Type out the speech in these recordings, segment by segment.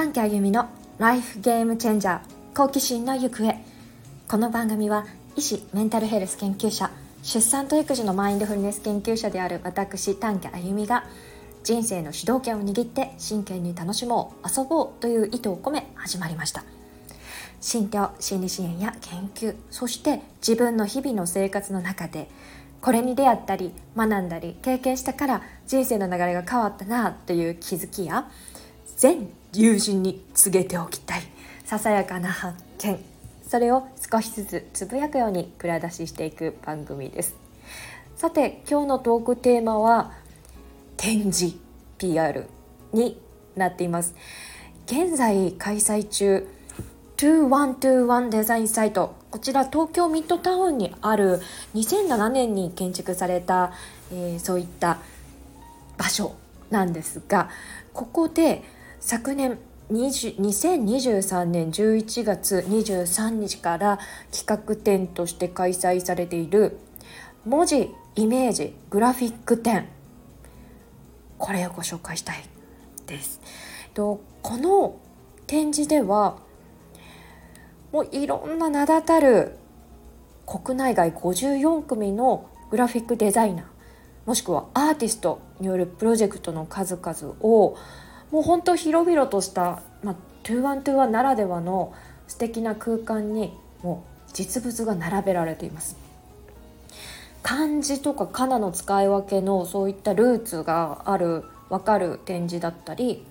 短期あゆみのライフゲームチェンジャー好奇心の行方。この番組は医師・メンタルヘルス研究者、出産と育児のマインドフルネス研究者である私短期あゆみが人生の主導権を握って真剣に楽しもう遊ぼうという意図を込め始まりました。心療心理支援や研究、そして自分の日々の生活の中でこれに出会ったり学んだり経験したから人生の流れが変わったなという気づきや、全友人に告げておきたいささやかな発見、それを少しずつつぶやくように蔵出ししていく番組です。さて、今日のトークテーマは展示 PR になっています。現在開催中2121デザインサイト、こちら東京ミッドタウンにある2007年に建築された、そういった場所なんですが、ここで昨年2023年11月23日から企画展として開催されている文字イメージグラフィック展、これをご紹介したいです。この展示ではもういろんな名だたる国内外54組のグラフィックデザイナー、もしくはアーティストによるプロジェクトの数々をもう本当広々とした、2121ならではの素敵な空間にもう実物が並べられています。漢字とか仮名の使い分けのそういったルーツが分かる展示だったり、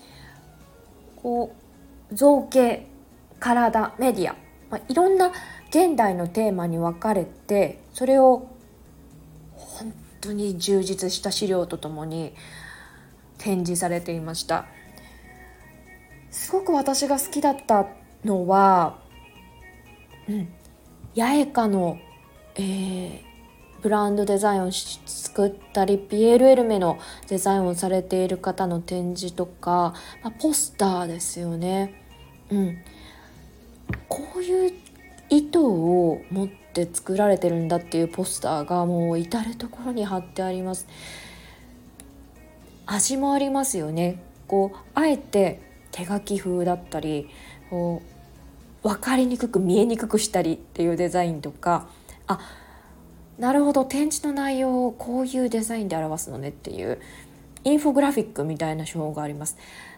造形、体、メディア、いろんな現代のテーマに分かれて、それを本当に充実した資料とともに展示されていました。すごく私が好きだったのは、八重花の、ブランドデザインを作ったり、ピエール・エルメのデザインをされている方の展示とか、ポスターですよね。こういう意図を持って作られてるんだっていうポスターがもう至る所に貼ってあります。味もありますよね。あえて手書き風だったり、分かりにくく見えにくくしたりっていうデザインとか、なるほど、展示の内容をこういうデザインで表すのねっていうインフォグラフィックみたいな手法があります。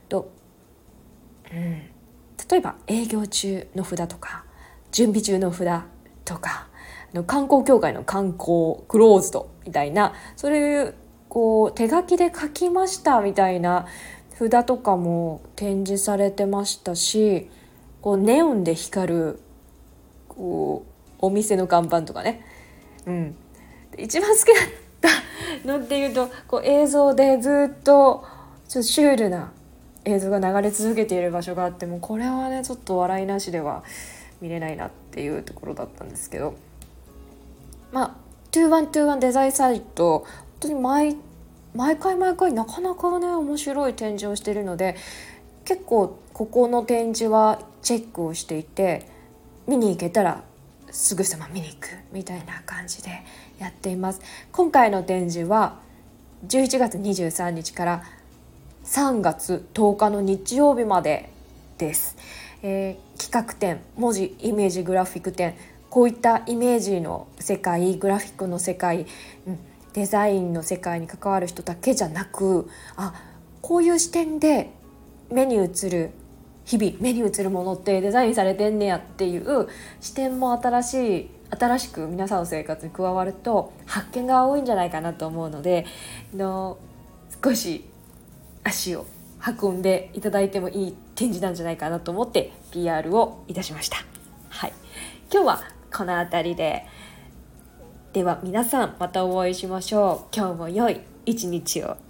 例えば営業中の札とか準備中の札とか、観光協会の観光クローズドみたいな、そういう手書きで書きましたみたいな札とかも展示されてましたし、ネオンで光るお店の看板とかね、一番好きだったのっていうと、映像でずっとシュールな映像が流れ続けている場所があって、もこれはねちょっと笑いなしでは見れないなっていうところだったんですけど、2121デザインサイト、本当に毎回なかなかね面白い展示をしているので、結構ここの展示はチェックをしていて、見に行けたらすぐさま見に行くみたいな感じでやっています。今回の展示は11月23日から3月10日の日曜日までです。企画展、文字イメージグラフィック展、こういったイメージの世界、グラフィックの世界、デザインの世界に関わる人だけじゃなく、こういう視点で日々目に映るものってデザインされてんねやっていう視点も新しく皆さんの生活に加わると発見が多いんじゃないかなと思うので、少し足を運んでいただいてもいい展示なんじゃないかなと思って PR をいたしました。今日はこの辺りでは皆さんまたお会いしましょう。今日も良い一日を。